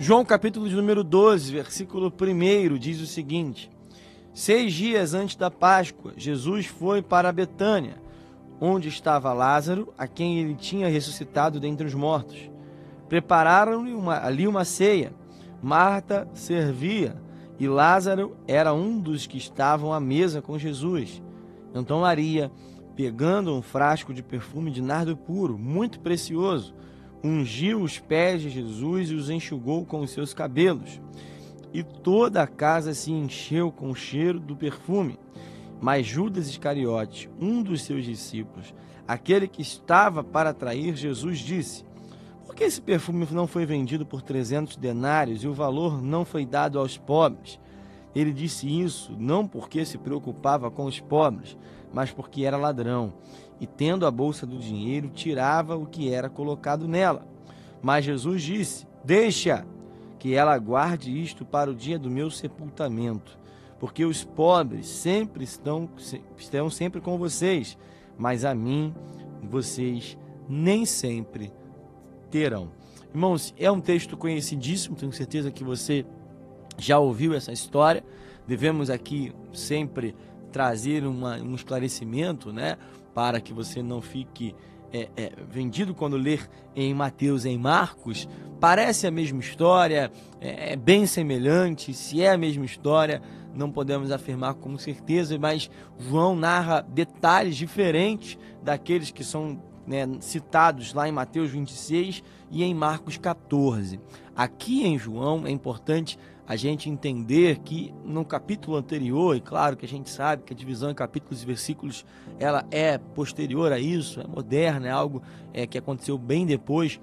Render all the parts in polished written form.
João capítulo de número 12, versículo 1, diz o seguinte: 6 dias antes da Páscoa, Jesus foi para Betânia, onde estava Lázaro, a quem ele tinha ressuscitado dentre os mortos. Prepararam-lhe ali uma ceia. Marta servia e Lázaro era um dos que estavam à mesa com Jesus. Então Maria, pegando um frasco de perfume de nardo puro, muito precioso, ungiu os pés de Jesus e os enxugou com os seus cabelos. E toda a casa se encheu com o cheiro do perfume. Mas Judas Iscariote, um dos seus discípulos, aquele que estava para trair Jesus, disse: por que esse perfume não foi vendido por 300 denários e o valor não foi dado aos pobres? Ele disse isso não porque se preocupava com os pobres, mas porque era ladrão, e tendo a bolsa do dinheiro, tirava o que era colocado nela. Mas Jesus disse: deixa que ela guarde isto para o dia do meu sepultamento, porque os pobres estarão sempre com vocês, mas a mim vocês nem sempre terão. Irmãos, é um texto conhecidíssimo, tenho certeza que você já ouviu essa história. Devemos aqui sempre trazer um esclarecimento, né, para que você não fique vendido quando ler em Mateus e em Marcos. Parece a mesma história, é bem semelhante. Se é a mesma história, não podemos afirmar com certeza, mas João narra detalhes diferentes daqueles que são citados lá em Mateus 26 e em Marcos 14. Aqui em João é importante a gente entender que no capítulo anterior, e claro que a gente sabe que a divisão em capítulos e versículos ela é posterior a isso, é moderna, é algo que aconteceu bem depois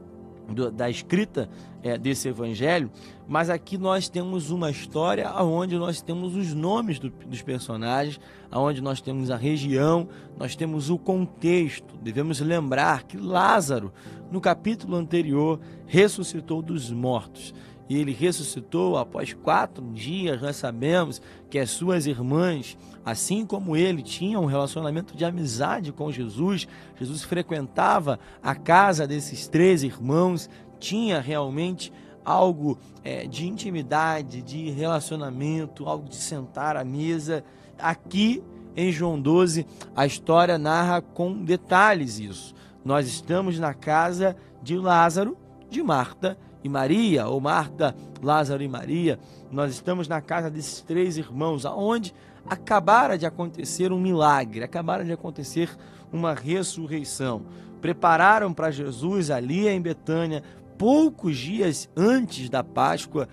da escrita desse evangelho, mas aqui nós temos uma história onde nós temos os nomes dos personagens, onde nós temos a região, nós temos o contexto. Devemos lembrar que Lázaro, no capítulo anterior, ressuscitou dos mortos. E ele ressuscitou após 4 dias. Nós sabemos que as suas irmãs, assim como ele, tinham um relacionamento de amizade com Jesus. Jesus frequentava a casa desses 3 irmãos, tinha realmente algo de intimidade, de relacionamento, algo de sentar à mesa. Aqui em João 12, a história narra com detalhes isso. Nós estamos na casa de Lázaro, de Marta e Maria, ou Marta, Lázaro e Maria. Nós estamos na casa desses 3 irmãos, aonde acabara de acontecer um milagre, acabara de acontecer uma ressurreição. Prepararam para Jesus ali em Betânia, poucos dias antes da Páscoa,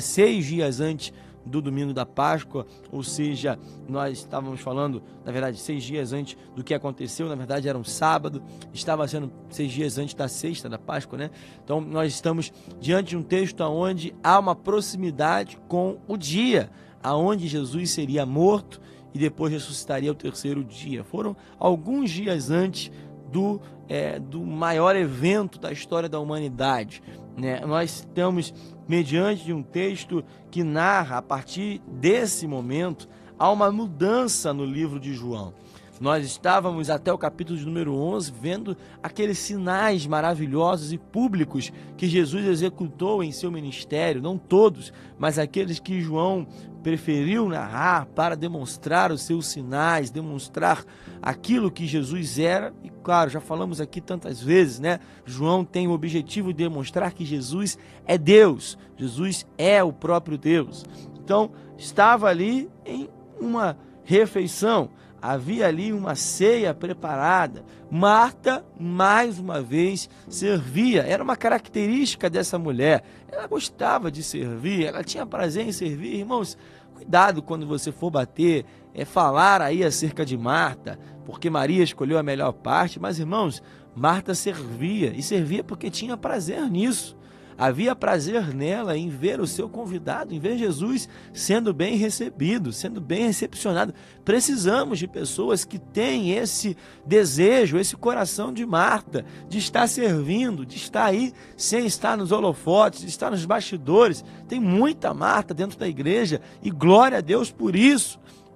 6 dias antes do domingo da Páscoa, ou seja, nós estávamos falando, na verdade, 6 dias antes do que aconteceu. Na verdade era um sábado, estava sendo 6 dias antes da sexta da Páscoa, né? Então nós estamos diante de um texto onde há uma proximidade com o dia, aonde Jesus seria morto e depois ressuscitaria ao 3º dia. Foram alguns dias antes do maior evento da história da humanidade, né? Nós estamos mediante de um texto que narra, a partir desse momento, há uma mudança no livro de João. Nós estávamos até o capítulo de número 11 vendo aqueles sinais maravilhosos e públicos que Jesus executou em seu ministério, não todos, mas aqueles que João preferiu narrar para demonstrar os seus sinais, demonstrar aquilo que Jesus era. E claro, já falamos aqui tantas vezes, né? João tem o objetivo de demonstrar que Jesus é Deus, Jesus é o próprio Deus. Então, estava ali em uma refeição, havia ali uma ceia preparada. Marta, mais uma vez, servia. Era uma característica dessa mulher. Ela gostava de servir, ela tinha prazer em servir. Irmãos, cuidado quando você for falar aí acerca de Marta, porque Maria escolheu a melhor parte. Mas, irmãos, Marta servia, e servia porque tinha prazer nisso. Havia prazer nela em ver o seu convidado, em ver Jesus sendo bem recebido, sendo bem recepcionado. Precisamos de pessoas que têm esse desejo, esse coração de Marta, de estar servindo, de estar aí sem estar nos holofotes, de estar nos bastidores. Tem muita Marta dentro da igreja e glória a Deus por isso.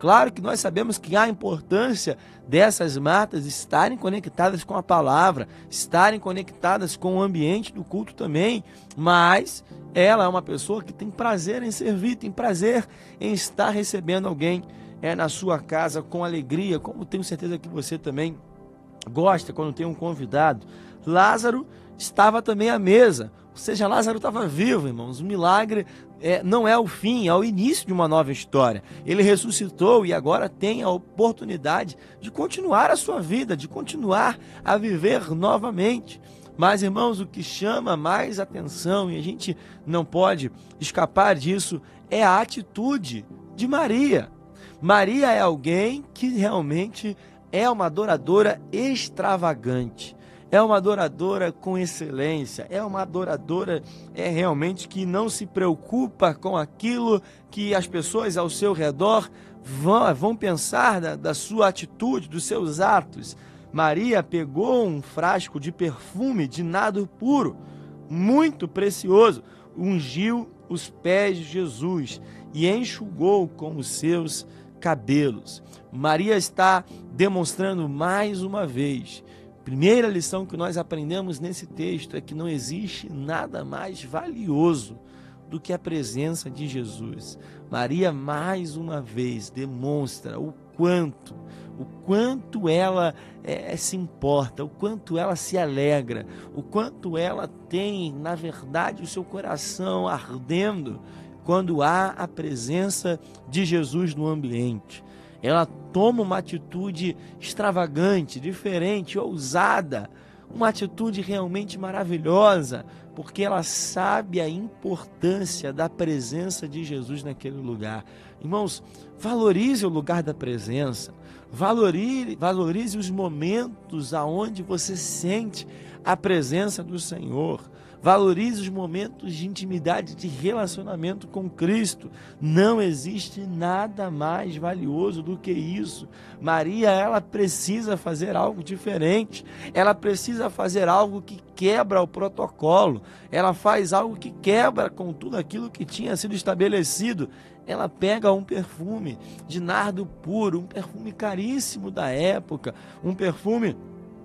Claro que nós sabemos que há importância dessas Martas estarem conectadas com a palavra, estarem conectadas com o ambiente do culto também, mas ela é uma pessoa que tem prazer em servir, tem prazer em estar recebendo alguém na sua casa com alegria, como tenho certeza que você também gosta quando tem um convidado. Lázaro estava também à mesa, ou seja, Lázaro estava vivo, irmãos. O milagre não é o fim, é o início de uma nova história. Ele ressuscitou e agora tem a oportunidade de continuar a sua vida, de continuar a viver novamente. Mas, irmãos, o que chama mais atenção, e a gente não pode escapar disso, é a atitude de Maria. Maria é alguém que realmente é uma adoradora extravagante. É uma adoradora com excelência, é uma adoradora realmente que não se preocupa com aquilo que as pessoas ao seu redor vão pensar da sua atitude, dos seus atos. Maria pegou um frasco de perfume de nardo puro, muito precioso, ungiu os pés de Jesus e enxugou com os seus cabelos. Maria está demonstrando mais uma vez. Primeira lição que nós aprendemos nesse texto é que não existe nada mais valioso do que a presença de Jesus. Maria, mais uma vez, demonstra o quanto ela se importa, o quanto ela se alegra, o quanto ela tem, na verdade, o seu coração ardendo quando há a presença de Jesus no ambiente. Ela toma uma atitude extravagante, diferente, ousada, uma atitude realmente maravilhosa, porque ela sabe a importância da presença de Jesus naquele lugar. Irmãos, valorize o lugar da presença, valorize os momentos aonde você sente a presença do Senhor. Valorize os momentos de intimidade, de relacionamento com Cristo. Não existe nada mais valioso do que isso. Maria, ela precisa fazer algo diferente. Ela precisa fazer algo que quebra o protocolo. Ela faz algo que quebra com tudo aquilo que tinha sido estabelecido. Ela pega um perfume de nardo puro, um perfume caríssimo da época, um perfume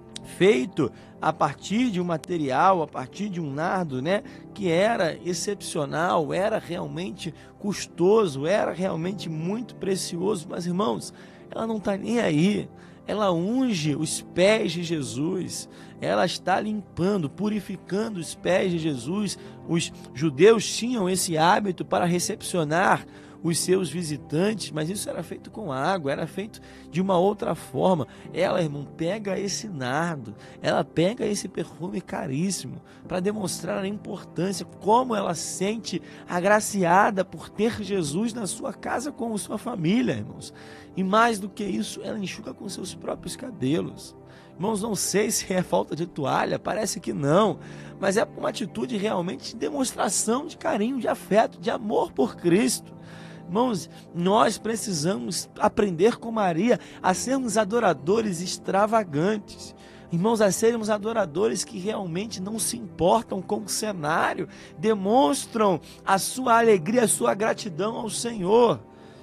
feito a partir de um material, a partir de um nardo, que era excepcional, era realmente custoso, era realmente muito precioso. Mas, irmãos, ela não está nem aí. Ela unge os pés de Jesus, ela está limpando, purificando os pés de Jesus. Os judeus tinham esse hábito para recepcionar os seus visitantes, mas isso era feito com água, era feito de uma outra forma. Ela, irmão, pega esse nardo, ela pega esse perfume caríssimo para demonstrar a importância, como ela sente agraciada por ter Jesus na sua casa com sua família, irmãos. E mais do que isso, ela enxuga com seus próprios cabelos. Irmãos, não sei se é falta de toalha, parece que não, mas é uma atitude realmente de demonstração de carinho, de afeto, de amor por Cristo. Irmãos, nós precisamos aprender com Maria a sermos adoradores extravagantes. Irmãos, a sermos adoradores que realmente não se importam com o cenário, demonstram a sua alegria, a sua gratidão ao Senhor.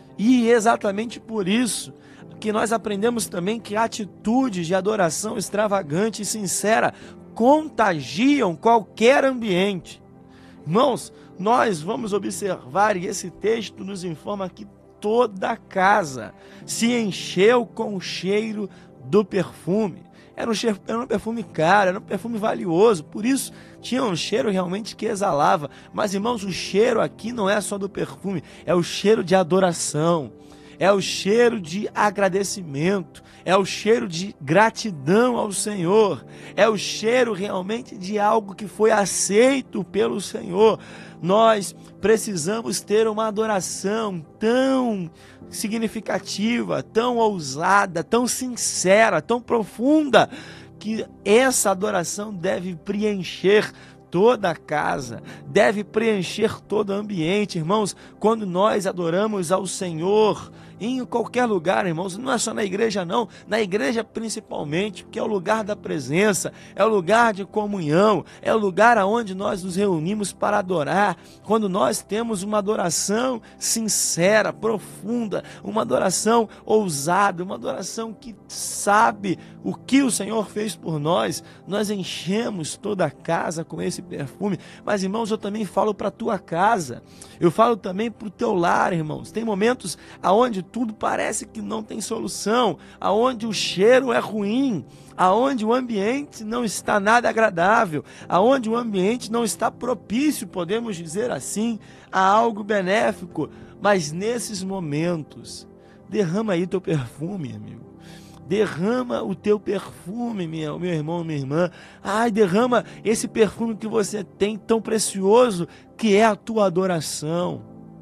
E exatamente por isso que nós aprendemos também que atitudes de adoração extravagante e sincera contagiam qualquer ambiente. Irmãos, nós vamos observar, e esse texto nos informa que toda a casa se encheu com o cheiro do perfume. Era um perfume caro, era um perfume valioso, por isso tinha um cheiro realmente que exalava. Mas, irmãos, o cheiro aqui não é só do perfume, é o cheiro de adoração, é o cheiro de agradecimento, é o cheiro de gratidão ao Senhor, é o cheiro realmente de algo que foi aceito pelo Senhor. Nós precisamos ter uma adoração tão significativa, tão ousada, tão sincera, tão profunda, que essa adoração deve preencher toda a casa, deve preencher todo o ambiente. Irmãos, quando nós adoramos ao Senhor em qualquer lugar, irmãos, não é só na igreja não, na igreja principalmente, porque é o lugar da presença, é o lugar de comunhão, é o lugar onde nós nos reunimos para adorar, quando nós temos uma adoração sincera, profunda, uma adoração ousada, uma adoração que sabe o que o Senhor fez por nós, nós enchemos toda a casa com esse perfume. Mas, irmãos, eu também falo para a tua casa, eu falo também para o teu lar, irmãos. Tem momentos aonde tudo parece que não tem solução, aonde o cheiro é ruim, aonde o ambiente não está nada agradável, aonde o ambiente não está propício, podemos dizer assim, a algo benéfico. Mas nesses momentos, derrama aí teu perfume, amigo. Derrama o teu perfume, meu irmão, minha irmã. Ai, derrama esse perfume que você tem tão precioso, que é a tua adoração.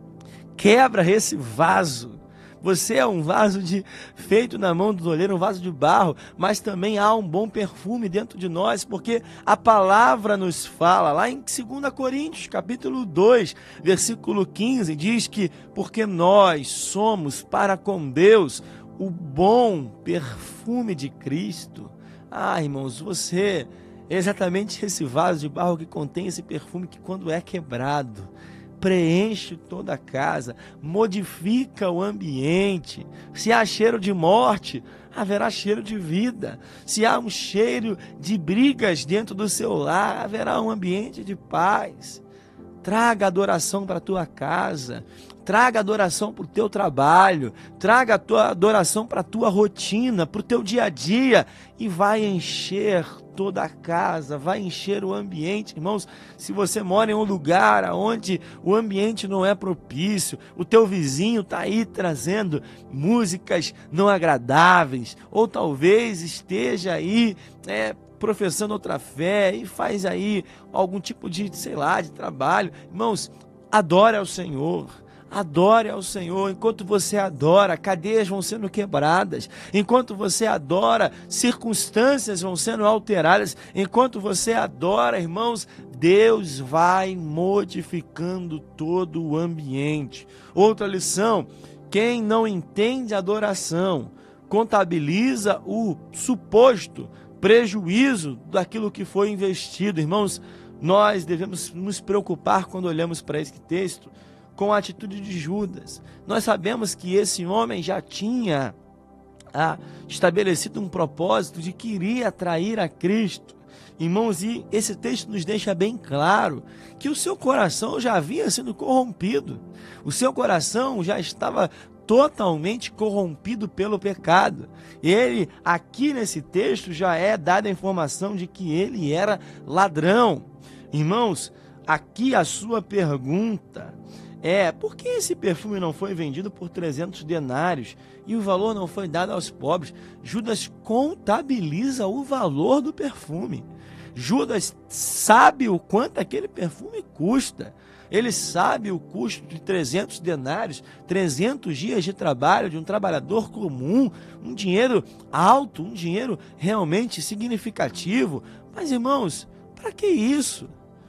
Quebra esse vaso. Você é um vaso feito na mão do oleiro, um vaso de barro, mas também há um bom perfume dentro de nós, porque a palavra nos fala, lá em 2 Coríntios, capítulo 2, versículo 15, diz que porque nós somos para com Deus o bom perfume de Cristo. Ah, irmãos, você é exatamente esse vaso de barro que contém esse perfume que, quando é quebrado, preenche toda a casa, modifica o ambiente. Se há cheiro de morte, haverá cheiro de vida. Se há um cheiro de brigas dentro do seu lar, haverá um ambiente de paz. Traga adoração para a tua casa, traga adoração para o teu trabalho, traga a tua adoração para a tua rotina, para o teu dia a dia, e vai encher toda a casa, vai encher o ambiente. Irmãos, se você mora em um lugar onde o ambiente não é propício, o teu vizinho está aí trazendo músicas não agradáveis, ou talvez esteja aí professando outra fé e faz aí algum tipo de, de trabalho. Irmãos, adore ao Senhor. Adore ao Senhor. Enquanto você adora, cadeias vão sendo quebradas. Enquanto você adora, circunstâncias vão sendo alteradas. Enquanto você adora, irmãos, Deus vai modificando todo o ambiente. Outra lição: quem não entende adoração contabiliza o suposto prejuízo daquilo que foi investido. Irmãos, nós devemos nos preocupar quando olhamos para esse texto com a atitude de Judas. Nós sabemos que esse homem já tinha estabelecido um propósito de que iria atrair a Cristo. Irmãos, e esse texto nos deixa bem claro que o seu coração já havia sido corrompido. O seu coração já estava totalmente corrompido pelo pecado. Ele, aqui nesse texto, já é dada a informação de que ele era ladrão. Irmãos, aqui a sua pergunta é: por que esse perfume não foi vendido por 300 denários e o valor não foi dado aos pobres? Judas contabiliza o valor do perfume. Judas sabe o quanto aquele perfume custa. Ele sabe o custo de 300 denários, 300 dias de trabalho de um trabalhador comum, um dinheiro alto, um dinheiro realmente significativo. Mas, irmãos, para que isso?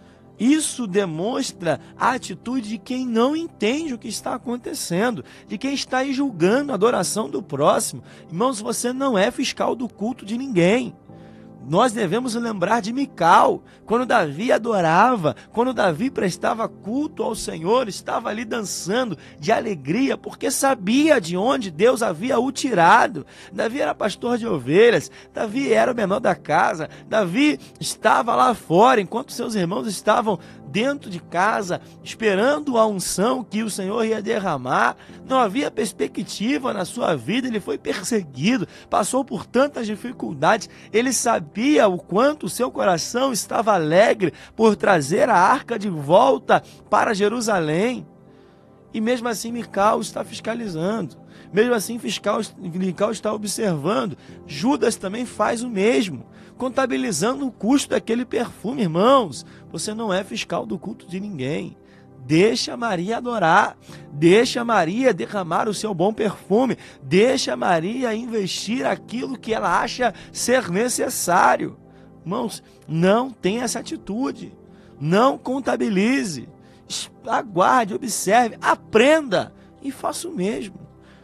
Isso demonstra a atitude de quem não entende o que está acontecendo, de quem está aí julgando a adoração do próximo. Irmãos, você não é fiscal do culto de ninguém. Nós devemos lembrar de Mical, quando Davi adorava, quando Davi prestava culto ao Senhor, estava ali dançando de alegria, porque sabia de onde Deus havia o tirado. Davi era pastor de ovelhas, Davi era o menor da casa, Davi estava lá fora, enquanto seus irmãos estavam dentro de casa, esperando a unção que o Senhor ia derramar. Não havia perspectiva na sua vida, ele foi perseguido, passou por tantas dificuldades. Ele sabia o quanto o seu coração estava alegre por trazer a arca de volta para Jerusalém. E mesmo assim Mical está fiscalizando, mesmo assim Mical está observando. Judas também faz o mesmo, contabilizando o custo daquele perfume. Irmãos, você não é fiscal do culto de ninguém. Deixa Maria adorar, deixa Maria derramar o seu bom perfume, deixa Maria investir aquilo que ela acha ser necessário. Irmãos, não tenha essa atitude, não contabilize, aguarde, observe, aprenda e faça o mesmo.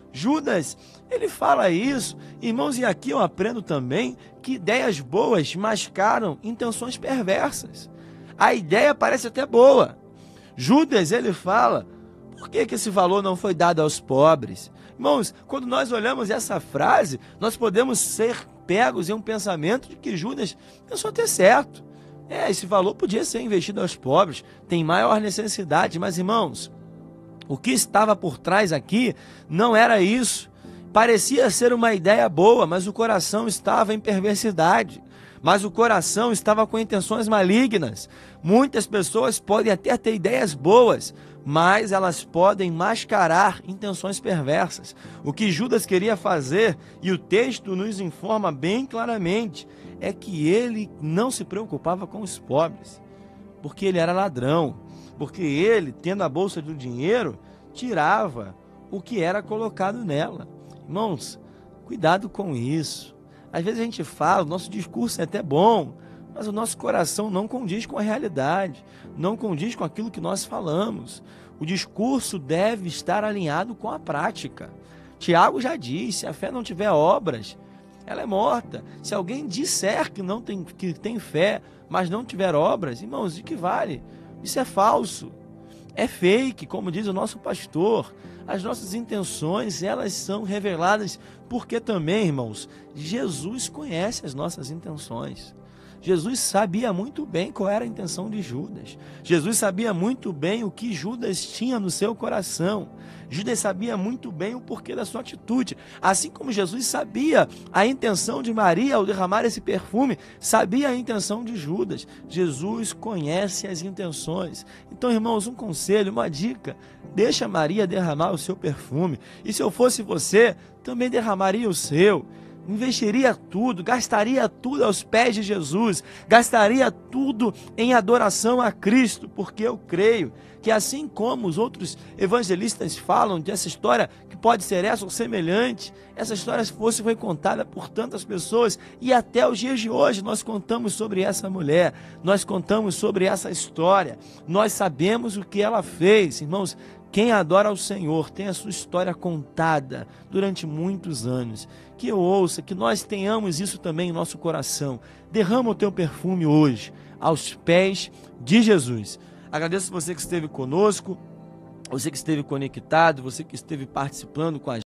Judas, ele fala isso, irmãos, e aqui eu aprendo também que ideias boas mascaram intenções perversas. A ideia parece até boa. Judas, ele fala, por que esse valor não foi dado aos pobres? Irmãos, quando nós olhamos essa frase, nós podemos ser pegos em um pensamento de que Judas pensou ter certo. Esse valor podia ser investido aos pobres, tem maior necessidade, mas irmãos, o que estava por trás aqui não era isso. Parecia ser uma ideia boa, mas o coração estava em perversidade. Mas o coração estava com intenções malignas. Muitas pessoas podem até ter ideias boas, mas elas podem mascarar intenções perversas. O que Judas queria fazer, e o texto nos informa bem claramente, é que ele não se preocupava com os pobres, porque ele era ladrão. Porque ele, tendo a bolsa do dinheiro, tirava o que era colocado nela. Irmãos, cuidado com isso. Às vezes a gente fala, o nosso discurso é até bom, mas o nosso coração não condiz com a realidade, não condiz com aquilo que nós falamos. O discurso deve estar alinhado com a prática. Tiago já diz, se a fé não tiver obras, ela é morta. Se alguém disser que tem fé, mas não tiver obras, irmãos, de que vale? Isso é falso, é fake, como diz o nosso pastor. As nossas intenções, elas são reveladas, porque também, irmãos, Jesus conhece as nossas intenções. Jesus sabia muito bem qual era a intenção de Judas. Jesus sabia muito bem o que Judas tinha no seu coração. Judas sabia muito bem o porquê da sua atitude. Assim como Jesus sabia a intenção de Maria ao derramar esse perfume, sabia a intenção de Judas. Jesus conhece as intenções. Então, irmãos, um conselho, uma dica: deixa Maria derramar o seu perfume. E se eu fosse você, também derramaria o seu. Investiria tudo, gastaria tudo aos pés de Jesus, gastaria tudo em adoração a Cristo, porque eu creio que assim como os outros evangelistas falam dessa história, que pode ser essa ou semelhante, essa história foi contada por tantas pessoas, e até os dias de hoje nós contamos sobre essa mulher, nós contamos sobre essa história, nós sabemos o que ela fez. Irmãos, quem adora ao Senhor tem a sua história contada durante muitos anos. Que eu ouça, que nós tenhamos isso também em nosso coração. Derrama o teu perfume hoje aos pés de Jesus. Agradeço você que esteve conosco, você que esteve conectado, você que esteve participando com a gente.